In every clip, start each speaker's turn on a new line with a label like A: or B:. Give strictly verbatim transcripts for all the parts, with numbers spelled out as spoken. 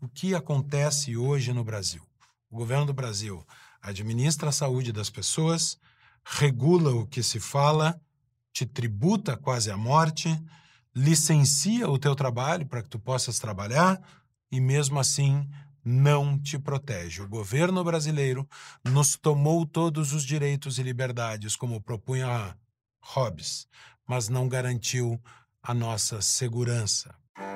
A: o que acontece hoje no Brasil? O governo do Brasil administra a saúde das pessoas, regula o que se fala, te tributa quase à morte, licencia o teu trabalho para que tu possas trabalhar e mesmo assim não te protege. O governo brasileiro nos tomou todos os direitos e liberdades, como propunha Hobbes, mas não garantiu a nossa segurança.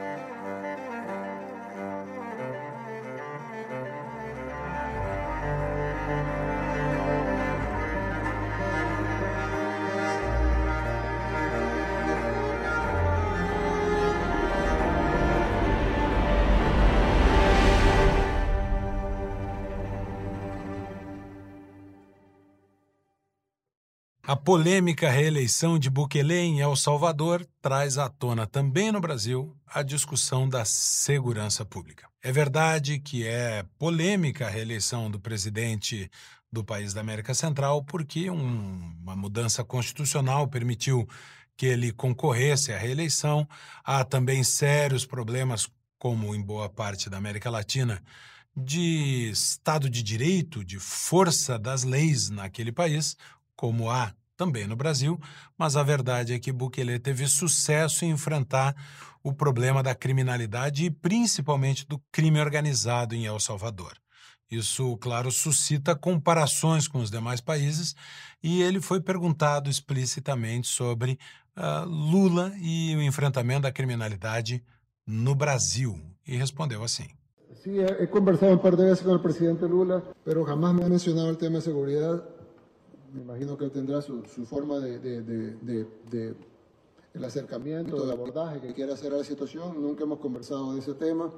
A: A polêmica reeleição de Bukele em El Salvador traz à tona também no Brasil a discussão da segurança pública. É verdade que é polêmica a reeleição do presidente do país da América Central porque um, uma mudança constitucional permitiu que ele concorresse à reeleição. Há também sérios problemas, como em boa parte da América Latina, de Estado de Direito, de força das leis naquele país, como há também no Brasil, mas a verdade é que Bukele teve sucesso em enfrentar o problema da criminalidade e principalmente do crime organizado em El Salvador. Isso, claro, suscita comparações com os demais países e ele foi perguntado explicitamente sobre uh, Lula e o enfrentamento da criminalidade no Brasil e respondeu assim.
B: Sí, he conversado un par de veces con el presidente Lula, pero jamás me ha mencionado el tema de seguridad. Me imagino que él tendrá su, su forma de, de, de, de, de el acercamiento, del abordaje que quiera hacer a la situación. Nunca hemos conversado de ese tema.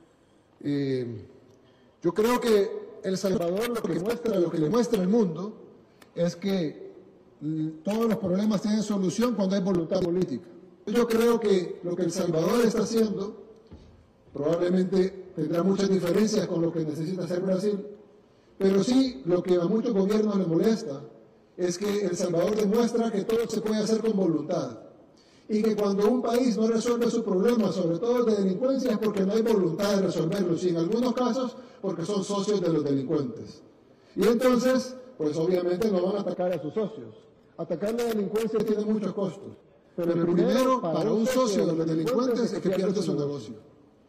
B: Eh, yo creo que El Salvador lo que muestra, lo que le muestra al mundo es que todos los problemas tienen solución cuando hay voluntad política. Yo creo que lo que El Salvador está haciendo probablemente tendrá muchas diferencias con lo que necesita hacer Brasil, pero sí lo que a muchos gobiernos les molesta es que El Salvador demuestra que todo se puede hacer con voluntad y que cuando un país no resuelve sus problemas, sobre todo de delincuencia, es porque no hay voluntad de resolverlos y en algunos casos porque son socios de los delincuentes. Y entonces, pues obviamente no van a atacar a sus socios. Atacar la delincuencia tiene muchos costos, pero el primero para un socio de los delincuentes es que pierde su negocio.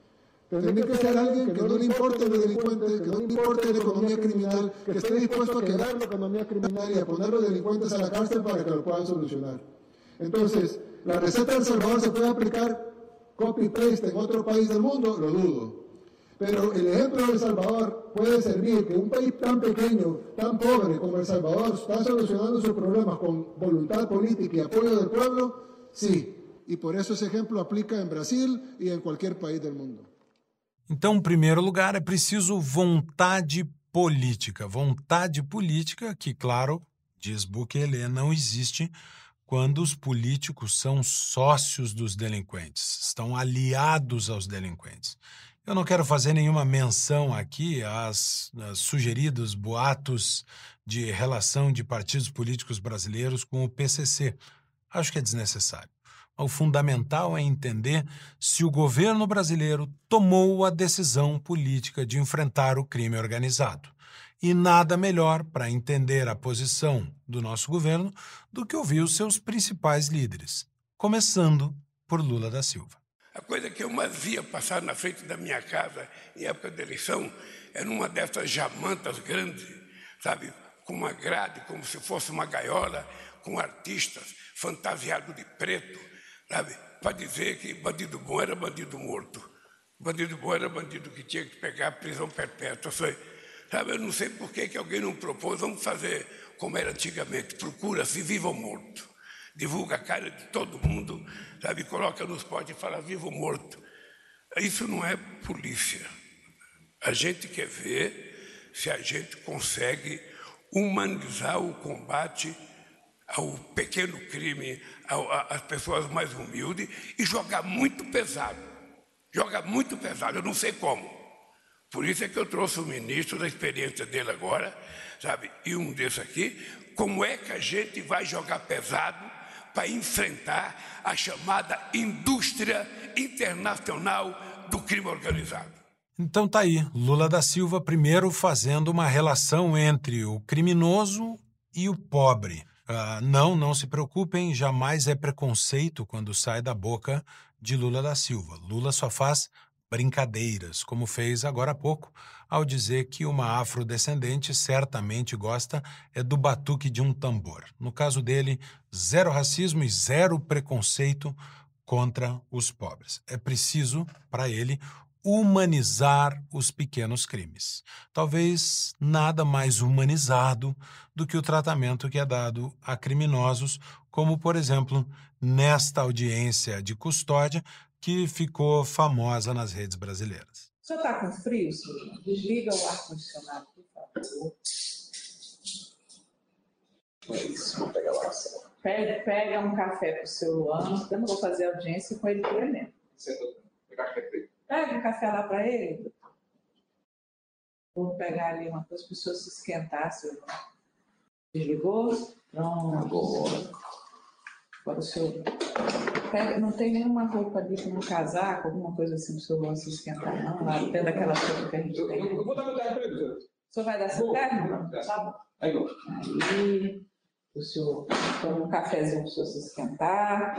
B: Tiene que ser alguien que no le importe los delincuentes, que no le importe la economía criminal, que esté dispuesto a quedar la economía criminal y a poner a los delincuentes a la cárcel para que lo puedan solucionar. Entonces, ¿la receta de El Salvador se puede aplicar copy-paste en otro país del mundo? Lo dudo. Pero el ejemplo de El Salvador puede servir que un país tan pequeño, tan pobre como El Salvador está solucionando sus problemas con voluntad política y apoyo del pueblo, sí. Y por eso esse ejemplo aplica em Brasil e em qualquer país do mundo.
A: Então, em primeiro lugar, é preciso vontade política. Vontade política que, claro, diz Bukele, não existe quando os políticos são sócios dos delinquentes, estão aliados aos delinquentes. Eu não quero fazer nenhuma menção aqui às, às sugeridos boatos de relação de partidos políticos brasileiros com o P C C. Acho que é desnecessário. O fundamental é entender se o governo brasileiro tomou a decisão política de enfrentar o crime organizado. E nada melhor para entender a posição do nosso governo do que ouvir os seus principais líderes, começando por Lula da Silva.
C: A coisa que eu mais via passar na frente da minha casa em época de eleição era uma dessas jamantas grandes, sabe, com uma grade, como se fosse uma gaiola, com artistas fantasiados de preto, sabe, para dizer que bandido bom era bandido morto. Bandido bom era bandido que tinha que pegar prisão perpétua. Sabe, eu não sei por que, que alguém não propôs, vamos fazer como era antigamente, procura-se vivo ou morto. Divulga a cara de todo mundo, sabe, coloca nos potes e fala vivo ou morto. Isso não é polícia. A gente quer ver se a gente consegue humanizar o combate ao pequeno crime, às pessoas mais humildes e jogar muito pesado. Joga muito pesado, eu não sei como. Por isso é que eu trouxe o ministro da experiência dele agora, sabe? E um desses aqui, como é que a gente vai jogar pesado para enfrentar a chamada indústria internacional do crime organizado?
A: Então tá aí, Lula da Silva primeiro fazendo uma relação entre o criminoso e o pobre. Uh, não, não se preocupem, jamais é preconceito quando sai da boca de Lula da Silva. Lula só faz brincadeiras, como fez agora há pouco, ao dizer que uma afrodescendente certamente gosta é do batuque de um tambor. No caso dele, zero racismo e zero preconceito contra os pobres. É preciso, para ele, humanizar os pequenos crimes. Talvez nada mais humanizado do que o tratamento que é dado a criminosos, como, por exemplo, nesta audiência de custódia que ficou famosa nas redes brasileiras.
D: O senhor está com frio, senhor? Desliga o ar-condicionado, por favor. É isso, vou pegar lá. Pega, pega um café para o seu Luan, eu não vou fazer audiência com ele por mesmo. Pega um café lá para ele. Vou pegar ali uma coisa para o senhor se esquentar, seu Luan. Desligou? Pronto. Agora o senhor... Pega, não tem nenhuma roupa ali com um casaco, alguma coisa assim para o seu Luan se esquentar, não? Lá dentro daquela roupa que a gente tem.
E: Eu vou dar meu terno para ele, senhor.
D: O senhor vai dar seu terno? Tá bom.
E: Aí, não.
D: Aí, o senhor toma um cafezinho para o senhor se esquentar.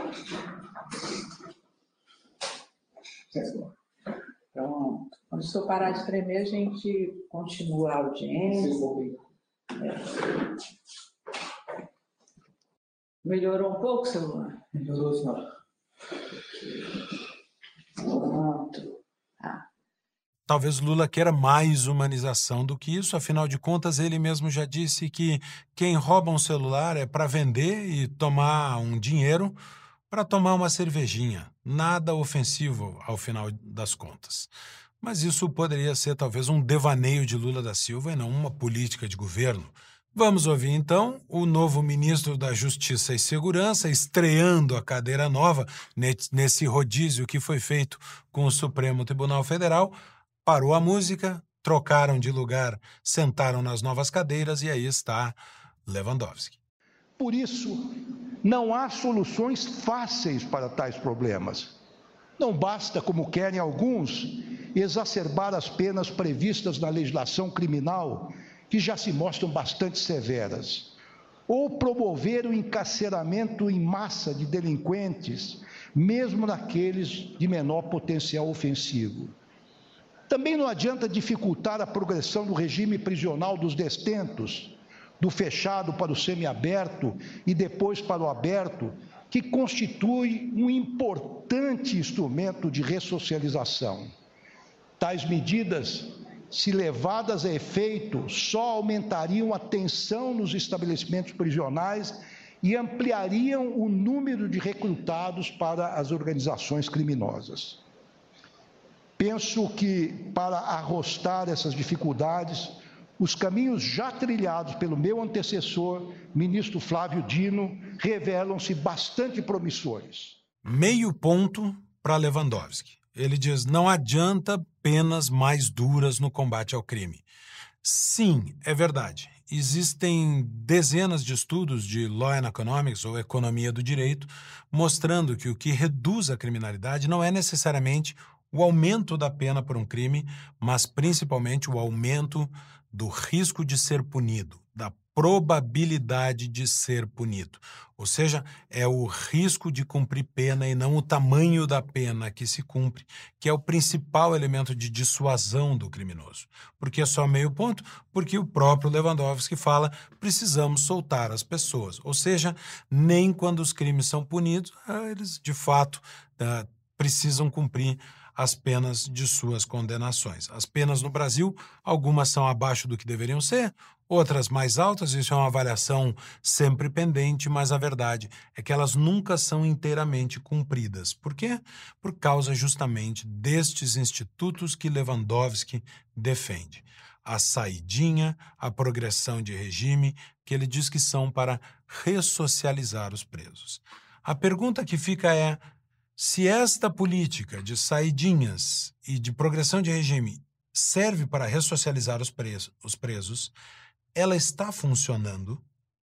D: Pronto. Quando o senhor parar de tremer, a gente continua a audiência. É. Melhorou um pouco, seu Luan?
E: Melhorou, senhora.
D: Pronto. Ah.
A: Talvez Lula queira mais humanização do que isso, afinal de contas ele mesmo já disse que quem rouba um celular é para vender e tomar um dinheiro para tomar uma cervejinha. Nada ofensivo ao final das contas. Mas isso poderia ser talvez um devaneio de Lula da Silva e não uma política de governo. Vamos ouvir então o novo ministro da Justiça e Segurança estreando a cadeira nova nesse rodízio que foi feito com o Supremo Tribunal Federal. Parou a música, trocaram de lugar, sentaram nas novas cadeiras e aí está Lewandowski.
F: Por isso, não há soluções fáceis para tais problemas. Não basta, como querem alguns, exacerbar as penas previstas na legislação criminal, que já se mostram bastante severas, ou promover o encarceramento em massa de delinquentes, mesmo naqueles de menor potencial ofensivo. Também não adianta dificultar a progressão do regime prisional dos detentos, do fechado para o semiaberto e depois para o aberto, que constitui um importante instrumento de ressocialização. Tais medidas, se levadas a efeito, só aumentariam a tensão nos estabelecimentos prisionais e ampliariam o número de recrutados para as organizações criminosas. Penso que, para arrostar essas dificuldades, os caminhos já trilhados pelo meu antecessor, ministro Flávio Dino, revelam-se bastante promissores.
A: Meio ponto para Lewandowski. Ele diz, não adianta penas mais duras no combate ao crime. Sim, é verdade. Existem dezenas de estudos de Law and Economics, ou Economia do Direito, mostrando que o que reduz a criminalidade não é necessariamente o aumento da pena por um crime, mas principalmente o aumento do risco de ser punido, da probabilidade de ser punido. Ou seja, é o risco de cumprir pena e não o tamanho da pena que se cumpre, que é o principal elemento de dissuasão do criminoso. Por que só meio ponto? Porque o próprio Lewandowski fala, precisamos soltar as pessoas. Ou seja, nem quando os crimes são punidos, eles de fato uh, precisam cumprir as penas de suas condenações. As penas no Brasil, algumas são abaixo do que deveriam ser, outras mais altas, isso é uma avaliação sempre pendente, mas a verdade é que elas nunca são inteiramente cumpridas. Por quê? Por causa justamente destes institutos que Lewandowski defende. A saidinha, a progressão de regime, que ele diz que são para ressocializar os presos. A pergunta que fica é, se esta política de saidinhas e de progressão de regime serve para ressocializar os presos, os presos, ela está funcionando?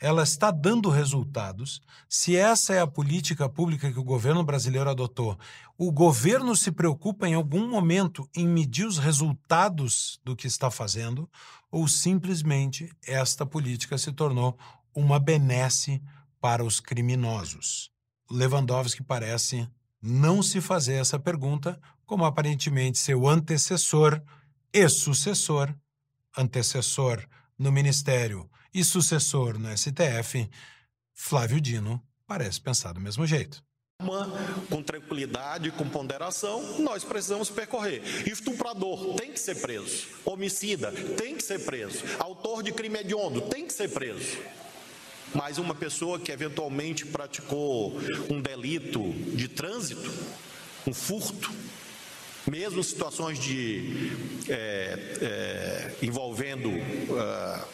A: ela está dando resultados, se essa é a política pública que o governo brasileiro adotou, o governo se preocupa em algum momento em medir os resultados do que está fazendo, ou simplesmente esta política se tornou uma benesse para os criminosos? Lewandowski parece não se fazer essa pergunta, como aparentemente seu antecessor e sucessor, antecessor no Ministério e sucessor no S T F, Flávio Dino, parece pensar do mesmo jeito.
G: Com tranquilidade, com ponderação, nós precisamos percorrer. Estuprador tem que ser preso. Homicida tem que ser preso. Autor de crime hediondo tem que ser preso. Mas uma pessoa que eventualmente praticou um delito de trânsito, um furto, mesmo situações de é, é, envolvendo uh,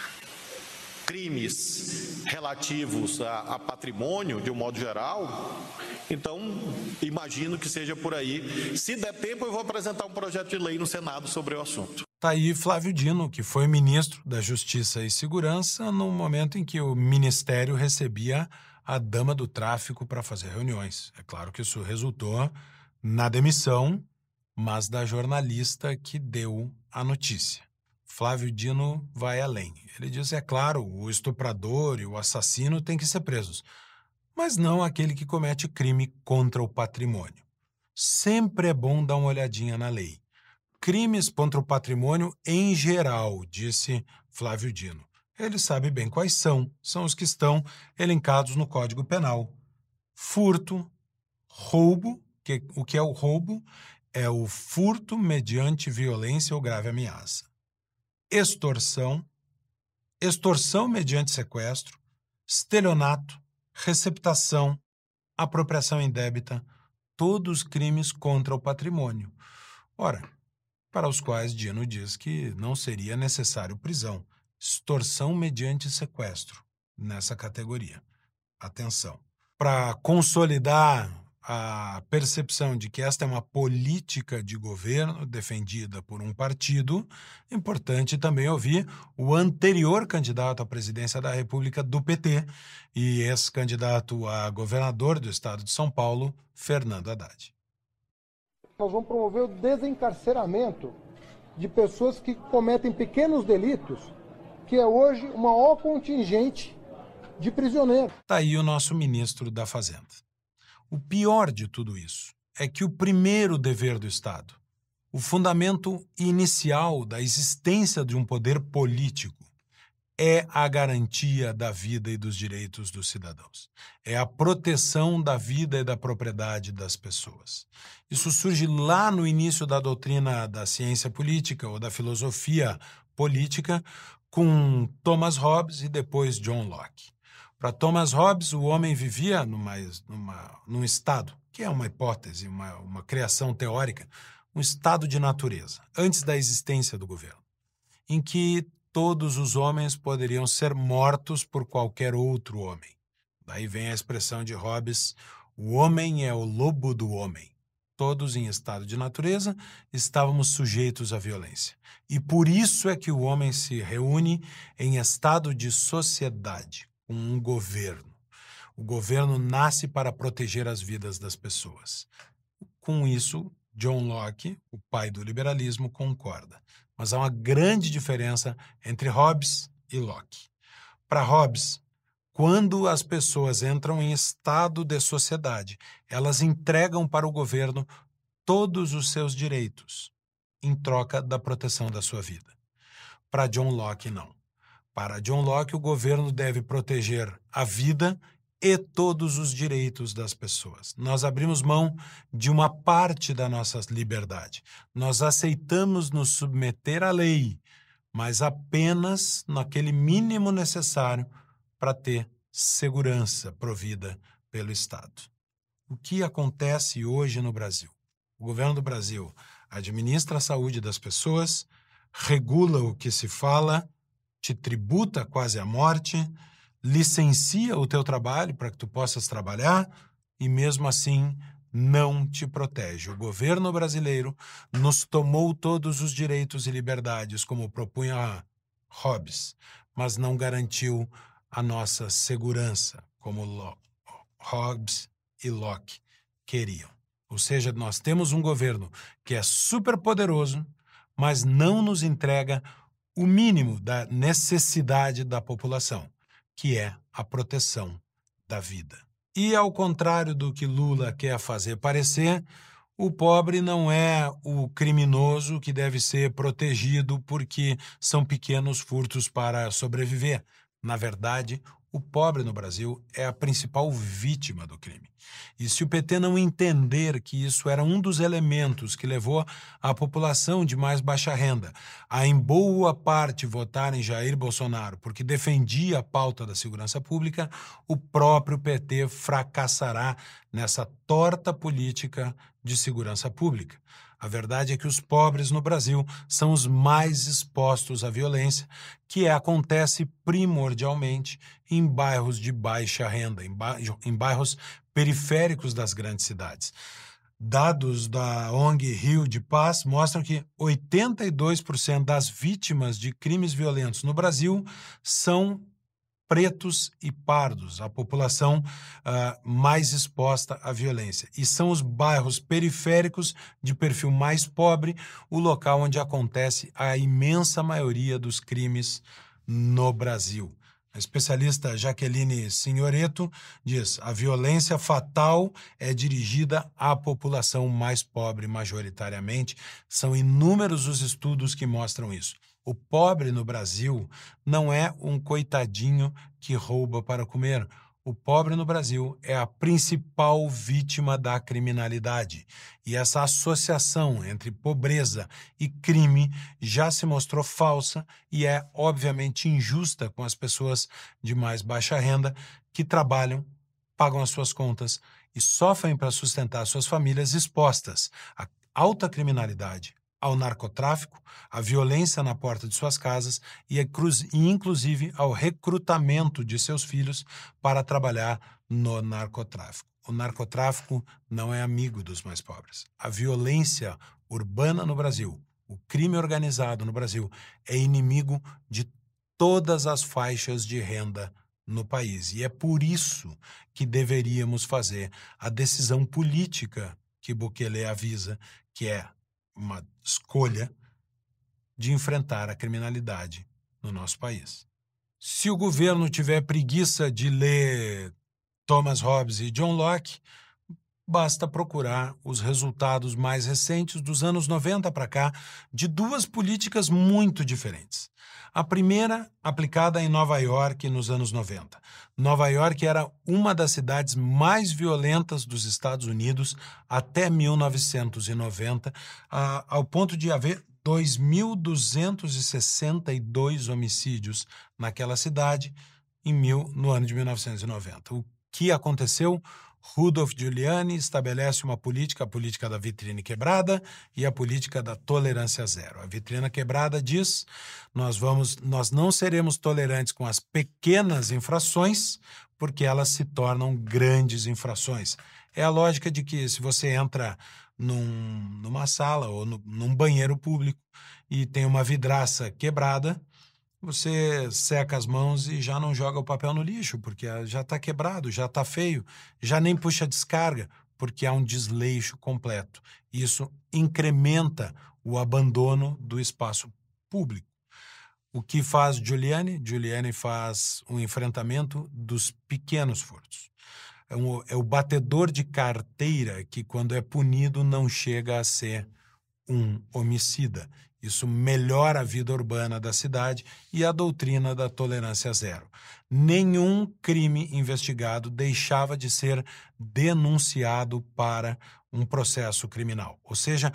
G: crimes relativos a, a patrimônio, de um modo geral, então imagino que seja por aí. Se der tempo, eu vou apresentar um projeto de lei no Senado sobre o assunto.
A: Está aí Flávio Dino, que foi ministro da Justiça e Segurança no momento em que o Ministério recebia a dama do tráfico para fazer reuniões. É claro que isso resultou na demissão, mas da jornalista que deu a notícia. Flávio Dino vai além. Ele diz, é claro, o estuprador e o assassino têm que ser presos, mas não aquele que comete crime contra o patrimônio. Sempre é bom dar uma olhadinha na lei. Crimes contra o patrimônio em geral, disse Flávio Dino. Ele sabe bem quais são. São os que estão elencados no Código Penal. Furto, roubo, que, o que é o roubo? É o furto mediante violência ou grave ameaça. Extorsão, extorsão mediante sequestro, estelionato, receptação, apropriação indébita, todos crimes contra o patrimônio. Ora, para os quais Dino diz que não seria necessário prisão. Extorsão mediante sequestro, nessa categoria. Atenção. Para consolidar a percepção de que esta é uma política de governo defendida por um partido, é importante também ouvir o anterior candidato à presidência da República do P T e ex-candidato a governador do estado de São Paulo, Fernando Haddad.
H: Nós vamos promover o desencarceramento de pessoas que cometem pequenos delitos, que é hoje o maior contingente de prisioneiros.
A: Está aí o nosso ministro da Fazenda. O pior de tudo isso é que o primeiro dever do Estado, o fundamento inicial da existência de um poder político, é a garantia da vida e dos direitos dos cidadãos. É a proteção da vida e da propriedade das pessoas. Isso surge lá no início da doutrina da ciência política ou da filosofia política com Thomas Hobbes e depois John Locke. Para Thomas Hobbes, o homem vivia numa, numa, num estado, que é uma hipótese, uma, uma criação teórica, um estado de natureza, antes da existência do governo, em que todos os homens poderiam ser mortos por qualquer outro homem. Daí vem a expressão de Hobbes, o homem é o lobo do homem. Todos em estado de natureza estávamos sujeitos à violência. E por isso é que o homem se reúne em estado de sociedade, com um governo. O governo nasce para proteger as vidas das pessoas. Com isso, John Locke, o pai do liberalismo, concorda. Mas há uma grande diferença entre Hobbes e Locke. Para Hobbes, quando as pessoas entram em estado de sociedade, elas entregam para o governo todos os seus direitos, em troca da proteção da sua vida. Para John Locke, não. Para John Locke, o governo deve proteger a vida e todos os direitos das pessoas. Nós abrimos mão de uma parte da nossa liberdade. Nós aceitamos nos submeter à lei, mas apenas naquele mínimo necessário para ter segurança provida pelo Estado. O que acontece hoje no Brasil? O governo do Brasil administra a saúde das pessoas, regula o que se fala, te tributa quase à morte, licencia o teu trabalho para que tu possas trabalhar e, mesmo assim, não te protege. O governo brasileiro nos tomou todos os direitos e liberdades, como propunha Hobbes, mas não garantiu a nossa segurança, como Hobbes e Locke queriam. Ou seja, nós temos um governo que é super poderoso, mas não nos entrega o mínimo da necessidade da população, que é a proteção da vida. E ao contrário do que Lula quer fazer parecer, o pobre não é o criminoso que deve ser protegido porque são pequenos furtos para sobreviver. Na verdade, o pobre no Brasil é a principal vítima do crime. E se o P T não entender que isso era um dos elementos que levou a população de mais baixa renda a, em boa parte, votar em Jair Bolsonaro porque defendia a pauta da segurança pública, o próprio P T fracassará nessa torta política de segurança pública. A verdade é que os pobres no Brasil são os mais expostos à violência, que acontece primordialmente em bairros de baixa renda, em, ba em bairros periféricos das grandes cidades. Dados da O N G Rio de Paz mostram que oitenta e dois por cento das vítimas de crimes violentos no Brasil são pretos e pardos, a população uh, mais exposta à violência. E são os bairros periféricos de perfil mais pobre, o local onde acontece a imensa maioria dos crimes no Brasil. A especialista Jaqueline Signoretto diz: a violência fatal é dirigida à população mais pobre majoritariamente. São inúmeros os estudos que mostram isso. O pobre no Brasil não é um coitadinho que rouba para comer. O pobre no Brasil é a principal vítima da criminalidade. E essa associação entre pobreza e crime já se mostrou falsa e é, obviamente, injusta com as pessoas de mais baixa renda que trabalham, pagam as suas contas e sofrem para sustentar suas famílias expostas à alta criminalidade, ao narcotráfico, à violência na porta de suas casas e, inclusive, ao recrutamento de seus filhos para trabalhar no narcotráfico. O narcotráfico não é amigo dos mais pobres. A violência urbana no Brasil, o crime organizado no Brasil, é inimigo de todas as faixas de renda no país. E é por isso que deveríamos fazer a decisão política que Bukele avisa, que é uma escolha de enfrentar a criminalidade no nosso país. Se o governo tiver preguiça de ler Thomas Hobbes e John Locke, basta procurar os resultados mais recentes dos anos noventa para cá de duas políticas muito diferentes. A primeira, aplicada em Nova York nos anos noventa. Nova York era uma das cidades mais violentas dos Estados Unidos até mil novecentos e noventa, a, ao ponto de haver dois mil duzentos e sessenta e dois homicídios naquela cidade em mil, no ano de mil novecentos e noventa. O que aconteceu? Rudolph Giuliani estabelece uma política, a política da vitrine quebrada e a política da tolerância zero. A vitrine quebrada diz: nós, vamos, nós não seremos tolerantes com as pequenas infrações, porque elas se tornam grandes infrações. É a lógica de que se você entra num, numa sala ou no, num banheiro público e tem uma vidraça quebrada, você seca as mãos e já não joga o papel no lixo, porque já está quebrado, já está feio, já nem puxa descarga, porque há um desleixo completo. Isso incrementa o abandono do espaço público. O que faz Giuliani? Giuliani faz um enfrentamento dos pequenos furtos. É, um, é o batedor de carteira que, quando é punido, não chega a ser um homicida. Isso melhora a vida urbana da cidade e a doutrina da tolerância zero. Nenhum crime investigado deixava de ser denunciado para um processo criminal. Ou seja,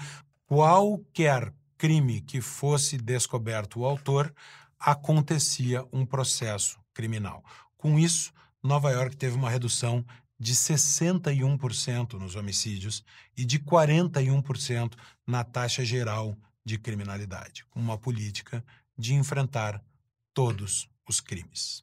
A: qualquer crime que fosse descoberto o autor, acontecia um processo criminal. Com isso, Nova York teve uma redução de sessenta e um por cento nos homicídios e de quarenta e um por cento na taxa geral de criminalidade, com uma política de enfrentar todos os crimes.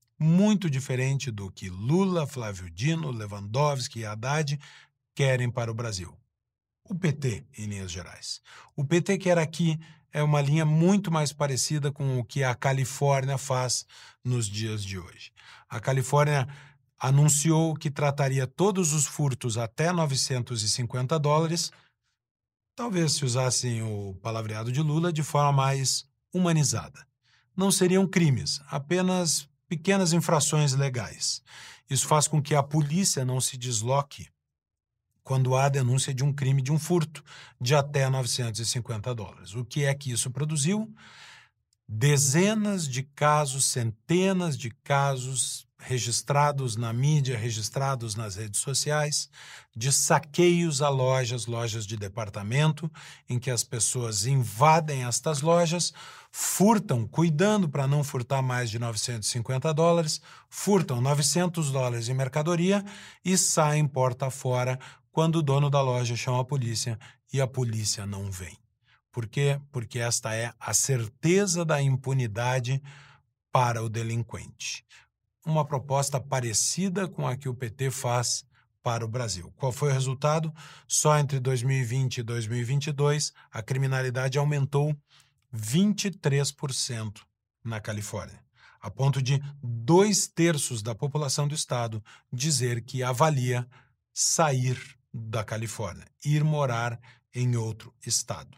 A: Muito diferente do que Lula, Flávio Dino, Lewandowski e Haddad querem para o Brasil. O P T, em linhas gerais. O P T quer aqui é uma linha muito mais parecida com o que a Califórnia faz nos dias de hoje. A Califórnia anunciou que trataria todos os furtos até novecentos e cinquenta dólares, talvez se usassem o palavreado de Lula, de forma mais humanizada. Não seriam crimes, apenas pequenas infrações legais. Isso faz com que a polícia não se desloque quando há denúncia de um crime, de um furto, de até novecentos e cinquenta dólares. O que é que isso produziu? Dezenas de casos, centenas de casos registrados na mídia, registrados nas redes sociais, de saqueios a lojas, lojas de departamento, em que as pessoas invadem estas lojas, furtam, cuidando para não furtar mais de novecentos e cinquenta dólares, furtam novecentos dólares em mercadoria e saem porta fora quando o dono da loja chama a polícia e a polícia não vem. Por quê? Porque esta é a certeza da impunidade para o delinquente. Uma proposta parecida com a que o P T faz para o Brasil. Qual foi o resultado? Só entre dois mil e vinte e dois mil e vinte e dois, a criminalidade aumentou vinte e três por cento na Califórnia, a ponto de dois terços da população do estado dizer que avalia sair da Califórnia, ir morar em outro estado.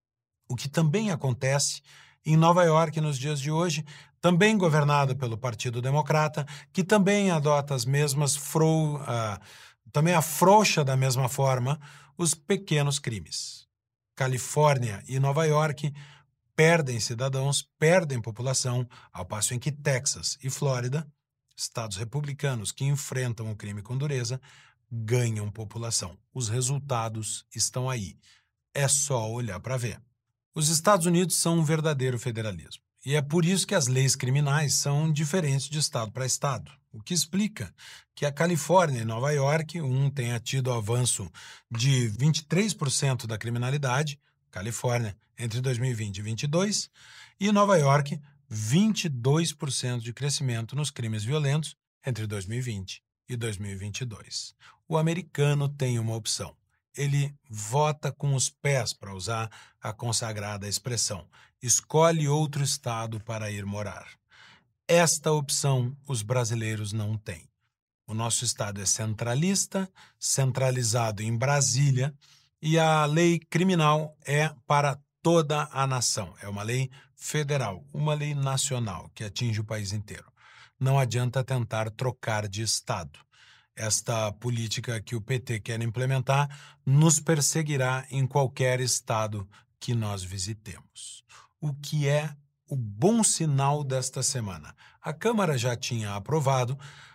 A: O que também acontece em Nova York nos dias de hoje, também governada pelo Partido Democrata, que também adota as mesmas fro, uh, também afrouxa da mesma forma os pequenos crimes. Califórnia e Nova York perdem cidadãos, perdem população, ao passo em que Texas e Flórida, estados republicanos que enfrentam o crime com dureza, ganham população. Os resultados estão aí. É só olhar para ver. Os Estados Unidos são um verdadeiro federalismo. E é por isso que as leis criminais são diferentes de estado para estado. O que explica que a Califórnia e Nova York, um tenha tido avanço de vinte e três por cento da criminalidade, Califórnia, entre dois mil e vinte e vinte e dois, e Nova York, vinte e dois por cento de crescimento nos crimes violentos entre dois mil e vinte e dois mil e vinte e dois. O americano tem uma opção. Ele vota com os pés, para usar a consagrada expressão. Escolhe outro estado para ir morar. Esta opção os brasileiros não têm. O nosso estado é centralista, centralizado em Brasília, e a lei criminal é para toda a nação. É uma lei federal, uma lei nacional que atinge o país inteiro. Não adianta tentar trocar de estado. Esta política que o P T quer implementar nos perseguirá em qualquer estado que nós visitemos. O que é o bom sinal desta semana? A Câmara já tinha aprovado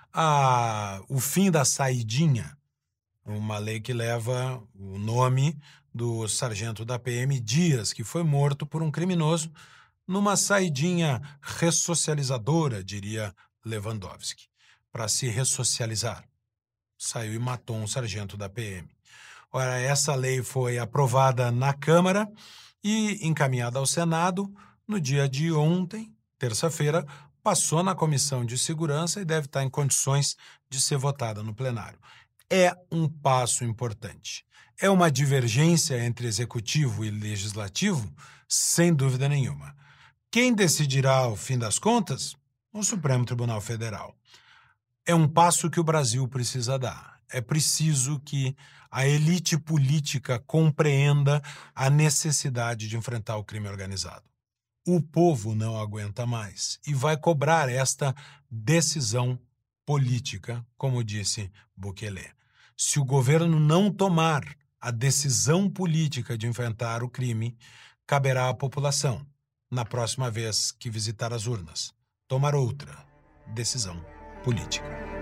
A: a, o fim da saidinha, uma lei que leva o nome do sargento da P M Dias, que foi morto por um criminoso numa saidinha ressocializadora, diria Lewandowski, para se ressocializar. Saiu e matou um sargento da P M. Ora, essa lei foi aprovada na Câmara e encaminhada ao Senado no dia de ontem, terça-feira, passou na Comissão de Segurança e deve estar em condições de ser votada no plenário. É um passo importante. É uma divergência entre executivo e legislativo? Sem dúvida nenhuma. Quem decidirá o fim das contas? O Supremo Tribunal Federal. É um passo que o Brasil precisa dar. É preciso que a elite política compreenda a necessidade de enfrentar o crime organizado. O povo não aguenta mais e vai cobrar esta decisão política, como disse Bukele. Se o governo não tomar a decisão política de enfrentar o crime, caberá à população, na próxima vez que visitar as urnas, tomar outra decisão política.